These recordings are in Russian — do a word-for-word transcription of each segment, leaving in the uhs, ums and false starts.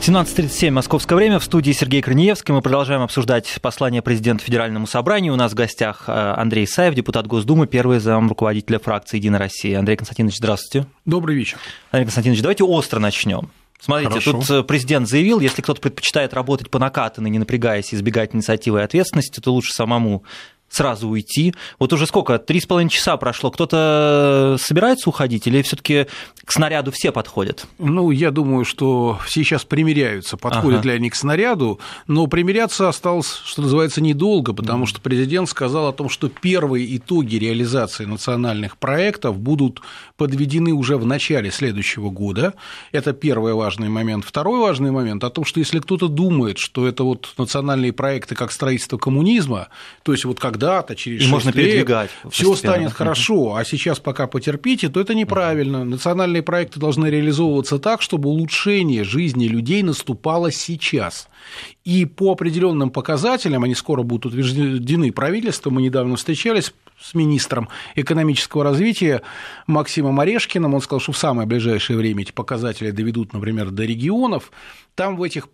семнадцать тридцать семь московское время. В студии Сергей Корнеевский. Мы продолжаем обсуждать послание президента Федеральному собранию. У нас в гостях Андрей Исаев, депутат Госдумы, первый зам руководителя фракции «Единая Россия». Андрей Константинович, здравствуйте. Добрый вечер. Андрей Константинович, давайте остро начнем. Смотрите, Хорошо. Тут президент заявил, если кто-то предпочитает работать по накатанной, не напрягаясь, избегать инициативы и ответственности, то лучше самому сразу уйти. Вот уже сколько? Три с половиной часа прошло. Кто-то собирается уходить или все-таки к снаряду все подходят? Ну, я думаю, что сейчас примиряются, подходят ага. ли они к снаряду, но примиряться осталось, что называется, недолго, потому что президент сказал о том, что первые итоги реализации национальных проектов будут подведены уже в начале следующего года. Это первый важный момент. Второй важный момент о том, что если кто-то думает, что это вот национальные проекты как строительство коммунизма, то есть вот как когда-то, через шесть можно лет, все станет хорошо, а сейчас пока потерпите, то это неправильно. Национальные проекты должны реализовываться так, чтобы улучшение жизни людей наступало сейчас. И по определенным показателям, они скоро будут утверждены правительством, мы недавно встречались с министром экономического развития Максимом Орешкиным, он сказал, что в самое ближайшее время эти показатели доведут, например, до регионов, там в этих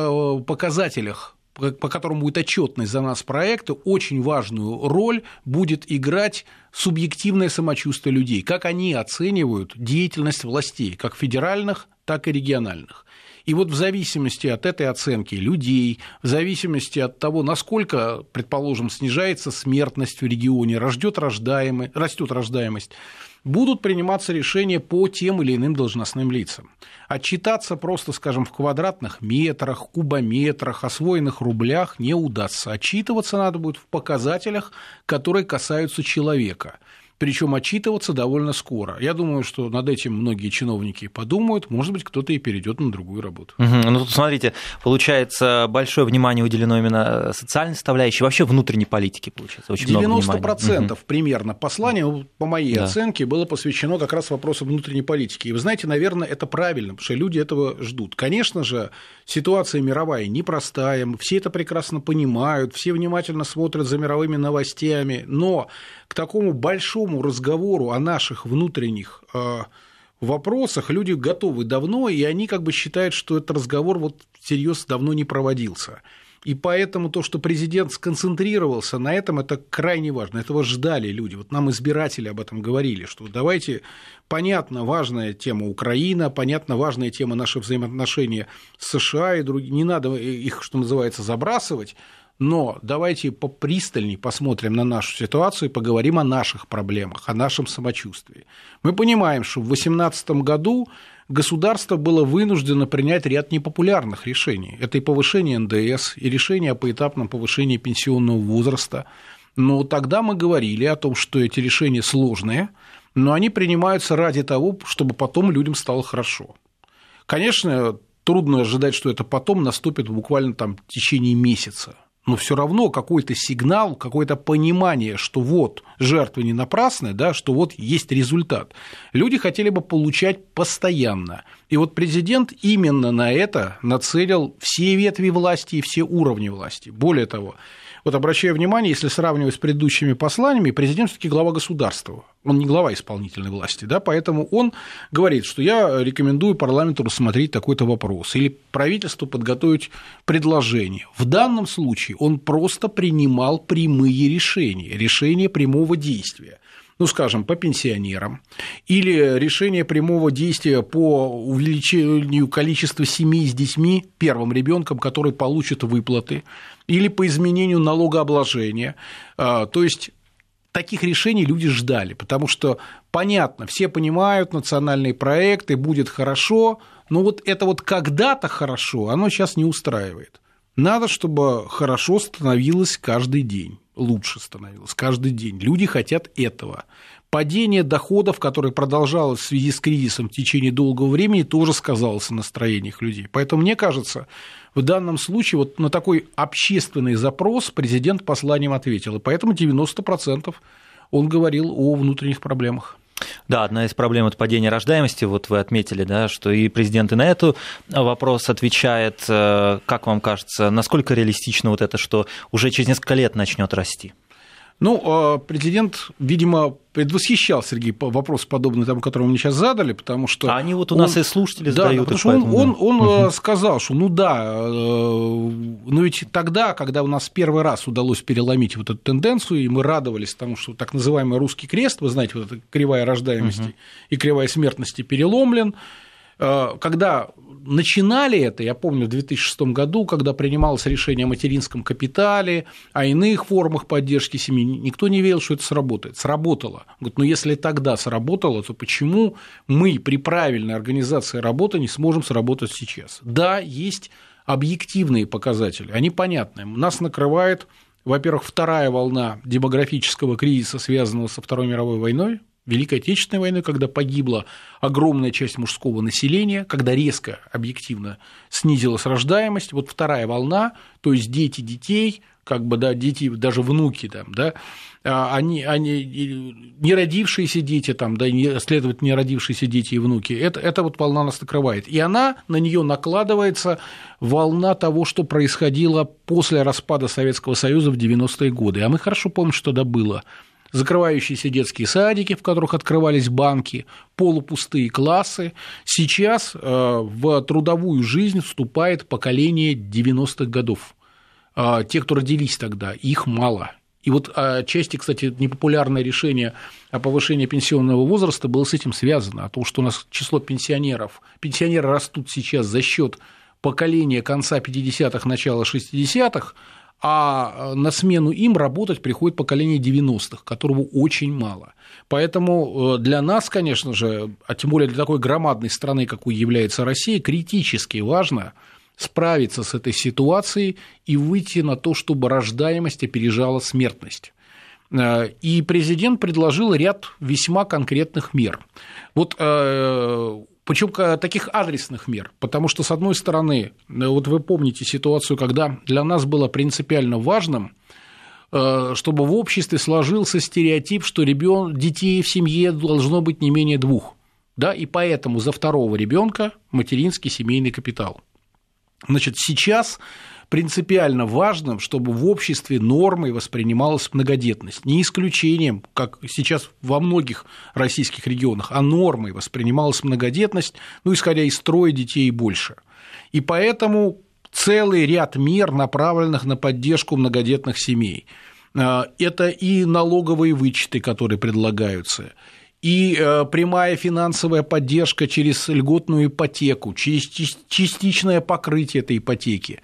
показателях, по которому будет отчетность за нас проекта, очень важную роль будет играть субъективное самочувствие людей, как они оценивают деятельность властей, как федеральных, так и региональных. И вот в зависимости от этой оценки людей, в зависимости от того, насколько, предположим, снижается смертность в регионе, растет рождаемость, растет рождаемость, будут приниматься решения по тем или иным должностным лицам. Отчитаться просто, скажем, в квадратных метрах, кубометрах, освоенных рублях не удастся. Отчитываться надо будет в показателях, которые касаются человека. Причем отчитываться довольно скоро. Я думаю, что над этим многие чиновники подумают, может быть, кто-то и перейдет на другую работу. Угу. Ну, тут, смотрите, получается, большое внимание уделено именно социальной составляющей, вообще внутренней политике, получается, очень много внимания. девяносто процентов угу. примерно послания, по моей да. оценке, было посвящено как раз вопросу внутренней политики. И вы знаете, наверное, это правильно, потому что люди этого ждут. Конечно же, ситуация мировая непростая, все это прекрасно понимают, все внимательно смотрят за мировыми новостями, но к такому большому разговору о наших внутренних вопросах люди готовы давно, и они как бы считают, что этот разговор вот всерьез давно не проводился. И поэтому то, что президент сконцентрировался на этом, это крайне важно. Этого ждали люди. Вот нам избиратели об этом говорили, что давайте, понятно, важная тема Украина, понятно, важная тема наши взаимоотношения с США и другие, не надо их, что называется, забрасывать. Но давайте попристальней посмотрим на нашу ситуацию и поговорим о наших проблемах, о нашем самочувствии. Мы понимаем, что в две тысячи восемнадцатом году государство было вынуждено принять ряд непопулярных решений. Это и повышение эн дэ эс, и решение о поэтапном повышении пенсионного возраста. Но тогда мы говорили о том, что эти решения сложные, но они принимаются ради того, чтобы потом людям стало хорошо. Конечно, трудно ожидать, что это потом наступит буквально там в течение месяца. Но все равно какой-то сигнал, какое-то понимание, что вот жертвы не напрасны, да, что вот есть результат. Люди хотели бы получать постоянно. И вот президент именно на это нацелил все ветви власти и все уровни власти. Более того, вот обращаю внимание, если сравнивать с предыдущими посланиями, президент все-таки глава государства, он не глава исполнительной власти, да, поэтому он говорит, что я рекомендую парламенту рассмотреть такой-то вопрос или правительству подготовить предложение. В данном случае он просто принимал прямые решения, решения прямого действия. Ну, скажем, по пенсионерам, или решение прямого действия по увеличению количества семей с детьми, первым ребенком, который получит выплаты, или по изменению налогообложения. То есть таких решений люди ждали, потому что, понятно, все понимают, национальные проекты, будет хорошо, но вот это вот когда-то хорошо, оно сейчас не устраивает. Надо, чтобы хорошо становилось каждый день, лучше становилось каждый день. Люди хотят этого. Падение доходов, которое продолжалось в связи с кризисом в течение долгого времени, тоже сказалось на настроениях людей. Поэтому, мне кажется, в данном случае вот на такой общественный запрос президент посланием ответил. И поэтому девяносто процентов он говорил о внутренних проблемах. Да, одна из проблем – это падение рождаемости. Вот вы отметили, да, что и президент и на этот вопрос отвечает. Как вам кажется, насколько реалистично вот это, что уже через несколько лет начнет расти? Ну, президент, видимо, предвосхищал, Сергей, вопрос подобный тому, который вы мне сейчас задали, потому что... А они вот у он... нас и слушатели да, задают. Да, потому что он, он, он угу. сказал, что ну да, но ведь тогда, когда у нас первый раз удалось переломить вот эту тенденцию, и мы радовались тому, что так называемый русский крест, вы знаете, вот эта кривая рождаемости угу. и кривая смертности переломлен, когда начинали это, я помню, в две тысячи шестом году, когда принималось решение о материнском капитале, о иных формах поддержки семьи, никто не верил, что это сработает. Сработало. Говорит, ну если тогда сработало, то почему мы при правильной организации работы не сможем сработать сейчас? Да, есть объективные показатели, они понятны. Нас накрывает, во-первых, вторая волна демографического кризиса, связанного со Второй мировой войной, Великой Отечественной войной, когда погибла огромная часть мужского населения, когда резко, объективно снизилась рождаемость, вот вторая волна, то есть дети детей, как бы, да, дети, даже внуки, там, да, они, они, не родившиеся дети, там, да, следовательно, не родившиеся дети и внуки, это, это вот волна нас накрывает. И она, на нее накладывается волна того, что происходило после распада Советского Союза в девяностые годы. А мы хорошо помним, что тогда было. Закрывающиеся детские садики, в которых открывались банки, полупустые классы. Сейчас в трудовую жизнь вступает поколение девяностых годов. Те, кто родились тогда, их мало. И вот отчасти, кстати, непопулярное решение о повышении пенсионного возраста было с этим связано. О том, что у нас число пенсионеров, пенсионеры растут сейчас за счет поколения конца пятидесятых, начала шестидесятых, а на смену им работать приходит поколение девяностых, которого очень мало. Поэтому для нас, конечно же, а тем более для такой громадной страны, какой является Россия, критически важно справиться с этой ситуацией и выйти на то, чтобы рождаемость опережала смертность. И президент предложил ряд весьма конкретных мер. Вот причем таких адресных мер, потому что, с одной стороны, вот вы помните ситуацию, когда для нас было принципиально важным, чтобы в обществе сложился стереотип, что ребён... детей в семье должно быть не менее двух, да, и поэтому за второго ребенка материнский семейный капитал. Значит, сейчас принципиально важным, чтобы в обществе нормой воспринималась многодетность. Не исключением, как сейчас во многих российских регионах, а нормой воспринималась многодетность, ну, исходя из трое детей и больше. И поэтому целый ряд мер, направленных на поддержку многодетных семей. Это и налоговые вычеты, которые предлагаются, и прямая финансовая поддержка через льготную ипотеку, через частичное покрытие этой ипотеки.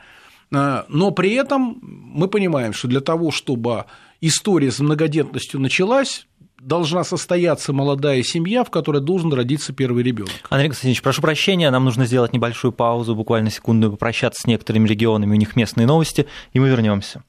Но при этом мы понимаем, что для того, чтобы история с многодетностью началась, должна состояться молодая семья, в которой должен родиться первый ребенок. Андрей Константинович, прошу прощения, нам нужно сделать небольшую паузу, буквально секунду, попрощаться с некоторыми регионами, у них местные новости, и мы вернемся.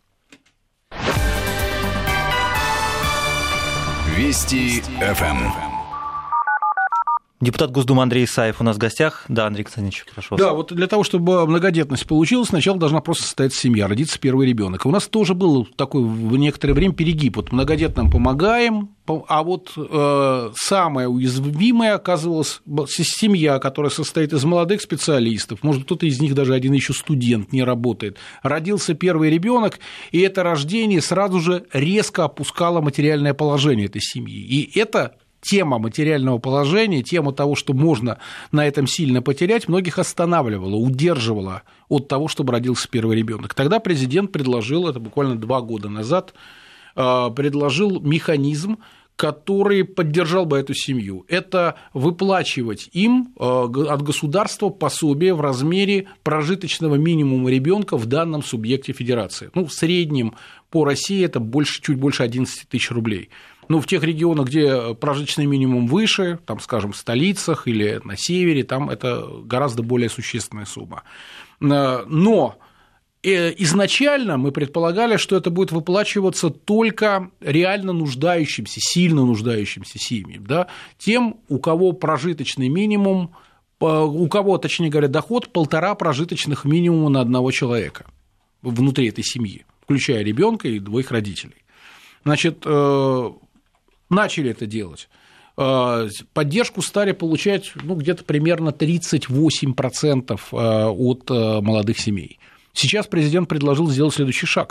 Вести эф эм. Депутат Госдумы Андрей Исаев у нас в гостях. Да, Андрей Константинович, прошу вас. Да, вот для того, чтобы многодетность получилась, сначала должна просто состояться семья, родиться первый ребенок. У нас тоже был такой в некоторое время перегиб. Вот многодетным помогаем, а вот э, самое уязвимое оказывалась семья, которая состоит из молодых специалистов. Может, кто-то из них даже один еще студент, не работает. Родился первый ребенок, и это рождение сразу же резко опускало материальное положение этой семьи. И это тема материального положения, тема того, что можно на этом сильно потерять, многих останавливала, удерживала от того, чтобы родился первый ребенок. Тогда президент предложил, это буквально два года назад, предложил механизм, который поддержал бы эту семью. Это выплачивать им от государства пособие в размере прожиточного минимума ребенка в данном субъекте федерации. Ну, в среднем по России это больше, чуть больше одиннадцать тысяч рублей. Ну, в тех регионах, где прожиточный минимум выше, там, скажем, в столицах или на севере, там это гораздо более существенная сумма. Но изначально мы предполагали, что это будет выплачиваться только реально нуждающимся, сильно нуждающимся семьям, да, тем, у кого прожиточный минимум, у кого, точнее говоря, доход полтора прожиточных минимума на одного человека внутри этой семьи, включая ребенка и двоих родителей. Значит, начали это делать. Поддержку стали получать ну, где-то примерно тридцать восемь процентов от молодых семей. Сейчас президент предложил сделать следующий шаг.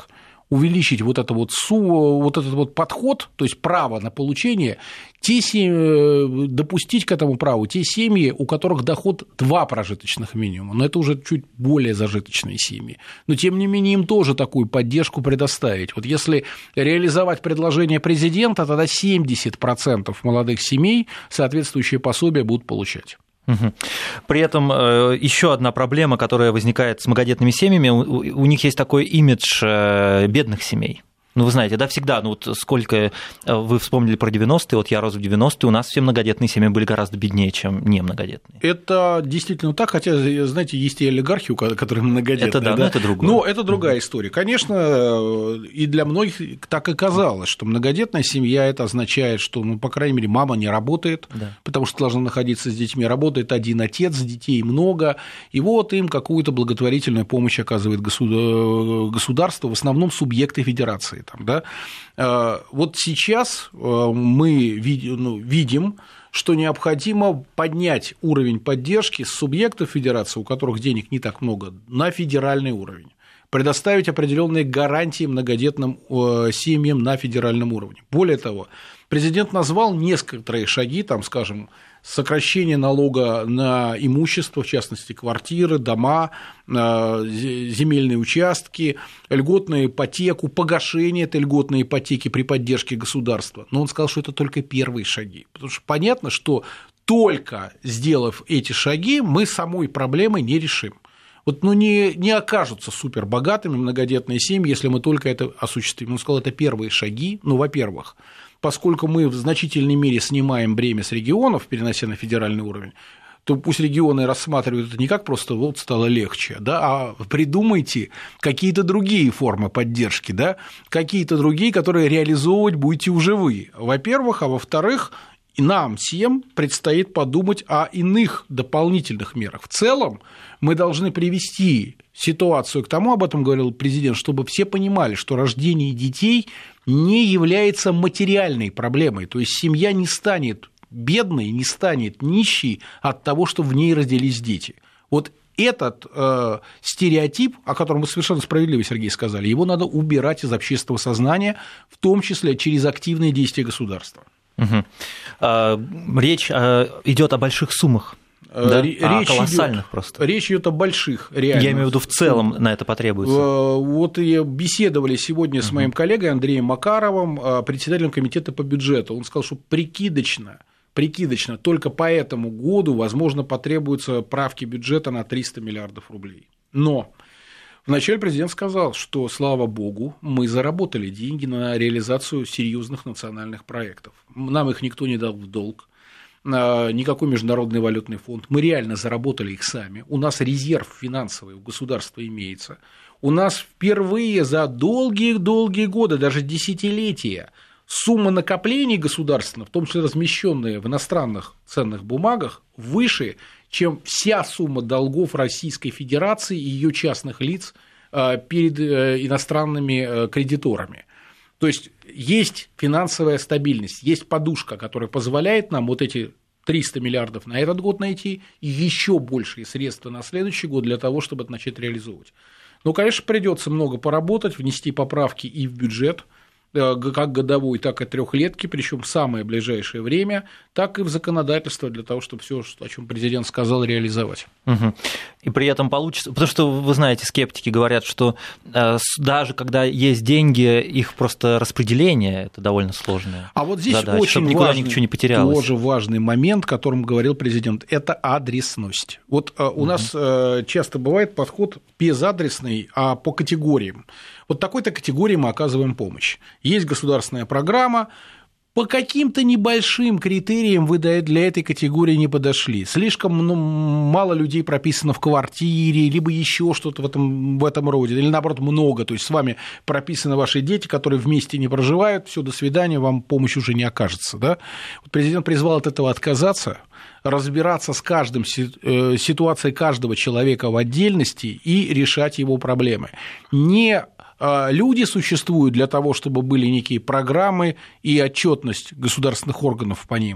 увеличить вот, это вот, вот этот вот подход, то есть право на получение, те семьи, допустить к этому праву те семьи, у которых доход два прожиточных минимума, но это уже чуть более зажиточные семьи, но тем не менее им тоже такую поддержку предоставить. Вот если реализовать предложение президента, тогда семьдесят процентов молодых семей соответствующие пособия будут получать. При этом еще одна проблема, которая возникает с многодетными семьями, у них есть такой имидж бедных семей. Ну, вы знаете, да, всегда, ну, вот сколько вы вспомнили про девяностые, вот я рос в девяностые, у нас все многодетные семьи были гораздо беднее, чем не многодетные. Это действительно так, хотя, знаете, есть и олигархи, которые многодетные. Это да, да? Но это другое. Но это другая mm-hmm. история. Конечно, и для многих так и казалось, что многодетная семья, это означает, что, ну, по крайней мере, мама не работает, да. потому что должна находиться с детьми, работает один отец, детей много, и вот им какую-то благотворительную помощь оказывает государство, в основном субъекты федерации. Там, да? Вот сейчас мы видим, что необходимо поднять уровень поддержки с субъектов федерации, у которых денег не так много, на федеральный уровень, предоставить определенные гарантии многодетным семьям на федеральном уровне. Более того, президент назвал некоторые шаги, там, скажем, сокращение налога на имущество, в частности, квартиры, дома, земельные участки, льготную ипотеку, погашение этой льготной ипотеки при поддержке государства. Но он сказал, что это только первые шаги, потому что понятно, что только сделав эти шаги, мы самой проблемы не решим. Вот, ну, не, не окажутся супербогатыми многодетные семьи, если мы только это осуществим. Он сказал, это первые шаги, ну, во-первых, поскольку мы в значительной мере снимаем бремя с регионов, перенося на федеральный уровень, то пусть регионы рассматривают это не как просто вот стало легче, да, а придумайте какие-то другие формы поддержки, да, какие-то другие, которые реализовывать будете уже вы, во-первых, а во-вторых, нам всем предстоит подумать о иных дополнительных мерах. В целом мы должны привести ситуацию к тому, об этом говорил президент, чтобы все понимали, что рождение детей не является материальной проблемой, то есть семья не станет бедной, не станет нищей от того, что в ней родились дети. Вот этот э, стереотип, о котором вы совершенно справедливо, Сергей, сказали, его надо убирать из общественного сознания, в том числе через активные действия государства. Угу. Речь идет о больших суммах. Да? Речь о колоссальных идет, просто. Речь идет о больших, реально. Я имею в виду, в целом на это потребуется. Вот и беседовали сегодня с моим коллегой Андреем Макаровым, председателем комитета по бюджету. Он сказал, что прикидочно, прикидочно только по этому году, возможно, потребуются правки бюджета на триста миллиардов рублей. Но вначале президент сказал, что, слава богу, мы заработали деньги на реализацию серьезных национальных проектов. Нам их никто не дал в долг. Никакой международный валютный фонд, мы реально заработали их сами, у нас резерв финансовый у государства имеется, у нас впервые за долгие-долгие годы, даже десятилетия, сумма накоплений государственных, в том числе размещенные в иностранных ценных бумагах, выше, чем вся сумма долгов Российской Федерации и ее частных лиц перед иностранными кредиторами. То есть есть финансовая стабильность, есть подушка, которая позволяет нам вот эти триста миллиардов на этот год найти и еще большие средства на следующий год для того, чтобы это начать реализовывать. Но, конечно, придется много поработать, внести поправки и в бюджет, как годовой, так и трехлетки, причем в самое ближайшее время, так и в законодательство для того, чтобы все, о чем президент сказал, реализовать. Угу. И при этом получится, потому что, вы знаете, скептики говорят, что даже когда есть деньги, их просто распределение – это довольно сложное. А вот здесь задача, очень чтобы никуда важный, ничего не потерялось. Тоже важный момент, о котором говорил президент – это адресность. Вот у угу. нас часто бывает подход безадресный, а по категориям. Вот такой-то категории мы оказываем помощь. Есть государственная программа, по каким-то небольшим критериям вы для этой категории не подошли. Слишком ну, мало людей прописано в квартире, либо еще что-то в этом, в этом роде, или наоборот много. То есть с вами прописаны ваши дети, которые вместе не проживают, все, до свидания, вам помощь уже не окажется. Да? Вот президент призвал от этого отказаться, разбираться с каждым, ситуацией каждого человека в отдельности и решать его проблемы. Не люди существуют для того, чтобы были некие программы и отчетность государственных органов по ним,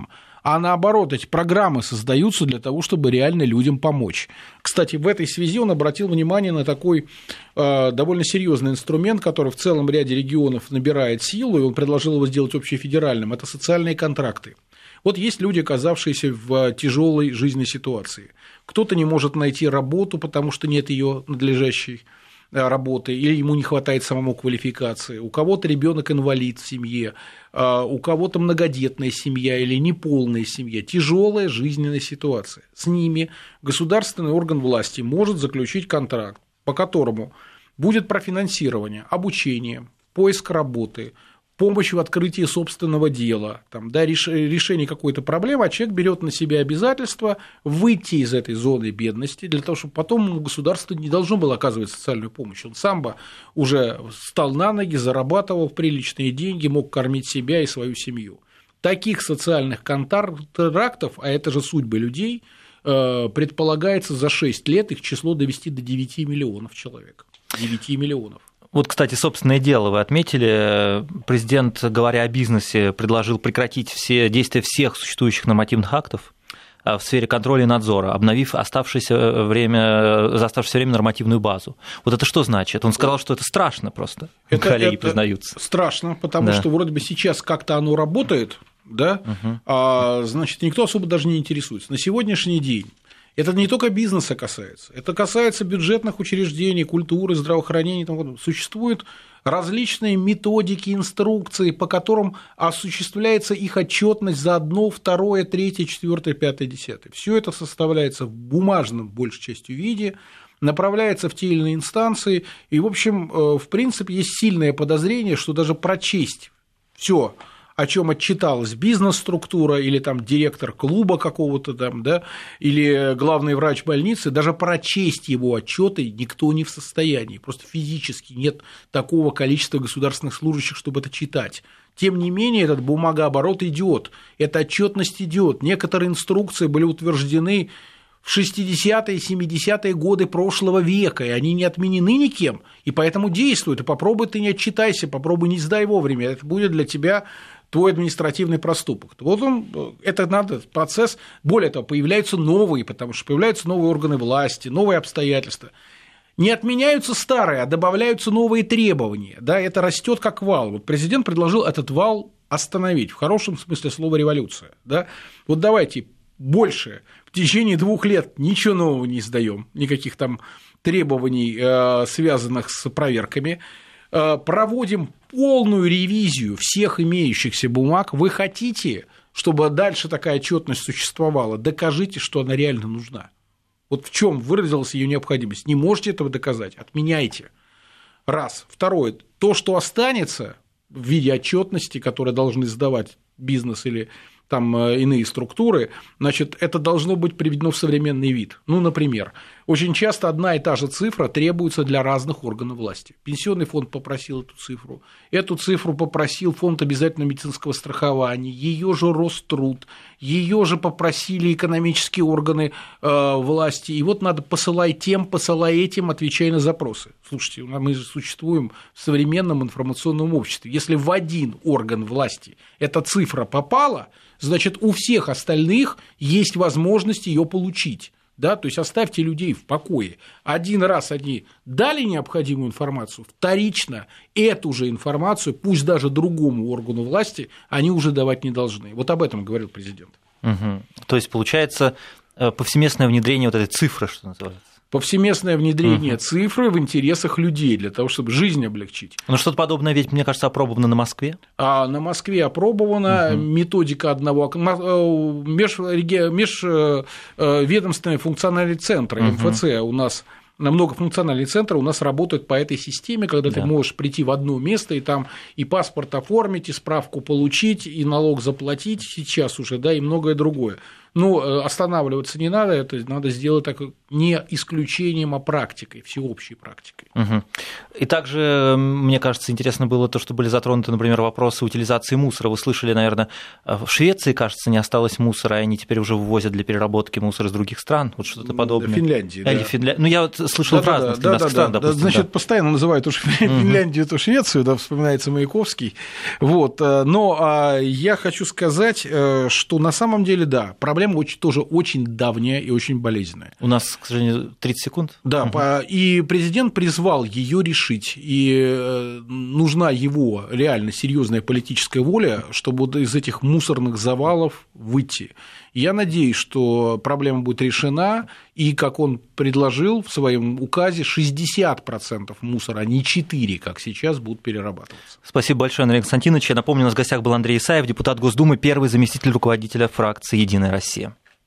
а наоборот, эти программы создаются для того, чтобы реально людям помочь. Кстати, в этой связи он обратил внимание на такой э, довольно серьезный инструмент, который в целом ряде регионов набирает силу, и он предложил его сделать общефедеральным. Это социальные контракты. Вот есть люди, оказавшиеся в тяжелой жизненной ситуации. Кто-то не может найти работу, потому что нет ее надлежащей работы, или ему не хватает самому квалификации, у кого-то ребенок инвалид в семье, у кого-то многодетная семья или неполная семья, тяжелая жизненная ситуация. С ними государственный орган власти может заключить контракт, по которому будет профинансирование, обучение, поиск работы, помощь в открытии собственного дела, там, да, решение какой-то проблемы, а человек берет на себя обязательство выйти из этой зоны бедности, для того, чтобы потом государство не должно было оказывать социальную помощь. Он сам бы уже встал на ноги, зарабатывал приличные деньги, мог кормить себя и свою семью. Таких социальных контрактов, а это же судьбы людей, предполагается за шесть лет их число довести до девяти миллионов человек. девяти миллионов. Вот, кстати, собственное дело вы отметили. Президент, говоря о бизнесе, предложил прекратить все действия всех существующих нормативных актов в сфере контроля и надзора, обновив оставшееся время, за оставшееся время нормативную базу. Вот это что значит? Он сказал, что это страшно просто, это, коллеги это признаются. Страшно, потому да. что вроде бы сейчас как-то оно работает, да, угу. а, значит, никто особо даже не интересуется. На сегодняшний день это не только бизнеса касается, это касается бюджетных учреждений, культуры, здравоохранения. Существуют различные методики, инструкции, по которым осуществляется их отчетность за одно, второе, третье, четвертое, пятое, десятое. Все это составляется в бумажном, большей частью, виде, направляется в те или иные инстанции. И, в общем, в принципе, есть сильное подозрение, что даже прочесть все, о чем отчиталась бизнес-структура или там директор клуба какого-то там, да, или главный врач больницы, даже прочесть его отчеты никто не в состоянии, просто физически нет такого количества государственных служащих, чтобы это читать. Тем не менее, этот бумагооборот идет, эта отчетность идет. Некоторые инструкции были утверждены в шестидесятые и семидесятые годы прошлого века, и они не отменены никем, и поэтому действуют. И попробуй ты не отчитайся, попробуй не сдай вовремя, это будет для тебя твой административный проступок. Вот он, это надо, процесс, более того, появляются новые, потому что появляются новые органы власти, новые обстоятельства. Не отменяются старые, а добавляются новые требования, да, это растет как вал. Вот президент предложил этот вал остановить, в хорошем смысле слова революция, да. Вот давайте больше в течение двух лет ничего нового не издаем, никаких там требований, связанных с проверками, проводим полную ревизию всех имеющихся бумаг. Вы хотите, чтобы дальше такая отчетность существовала? Докажите, что она реально нужна. Вот в чем выразилась ее необходимость. Не можете этого доказать? Отменяйте. Раз. Второе. То, что останется в виде отчетности, которые должны сдавать бизнес или там иные структуры, значит, это должно быть приведено в современный вид. Ну, например, очень часто одна и та же цифра требуется для разных органов власти. Пенсионный фонд попросил эту цифру, эту цифру попросил фонд обязательного медицинского страхования, ее же Роструд, ее же попросили экономические органы э, власти, и вот надо посылай тем, посылай этим, отвечай на запросы. Слушайте, мы же существуем в современном информационном обществе. Если в один орган власти эта цифра попала, значит, у всех остальных есть возможность ее получить. Да? То есть оставьте людей в покое. Один раз они дали необходимую информацию, вторично эту же информацию, пусть даже другому органу власти, они уже давать не должны. Вот об этом говорил президент. Угу. То есть, получается, повсеместное внедрение вот этой цифры, что называется. Повсеместное внедрение угу. цифры в интересах людей, для того, чтобы жизнь облегчить. Но что-то подобное ведь, мне кажется, опробовано на Москве. А на Москве опробована угу. методика одного межведомственные функциональные центры, угу. МФЦ у нас. Многофункциональные центры у нас работают по этой системе, когда да. ты можешь прийти в одно место и там и паспорт оформить, и справку получить, и налог заплатить сейчас уже, да, и многое другое. Но останавливаться не надо, это надо сделать так не исключением, а практикой, всеобщей практикой. Угу. И также, мне кажется, интересно было то, что были затронуты, например, вопросы утилизации мусора. Вы слышали, наверное, в Швеции, кажется, не осталось мусора, и они теперь уже вывозят для переработки мусор из других стран, вот что-то подобное. Финляндии, Или да. Финля... Ну, я вот слышал да, в разных да, да, странах, да, допустим. Значит, да. постоянно называют то Финляндию, то Швецию, да, вспоминается Маяковский. Вот. Но я хочу сказать, что на самом деле, да, проблема очень, тоже очень давняя и очень болезненная. У нас, к сожалению, тридцать секунд. Да, угу. И президент призвал ее решить, и нужна его реально серьезная политическая воля, чтобы вот из этих мусорных завалов выйти. Я надеюсь, что проблема будет решена, и, как он предложил в своем указе, шестьдесят процентов мусора, а не четыре процента, как сейчас, будут перерабатываться. Спасибо большое, Андрей Константинович. Я напомню, у нас в гостях был Андрей Исаев, депутат Госдумы, первый заместитель руководителя фракции «Единая Россия».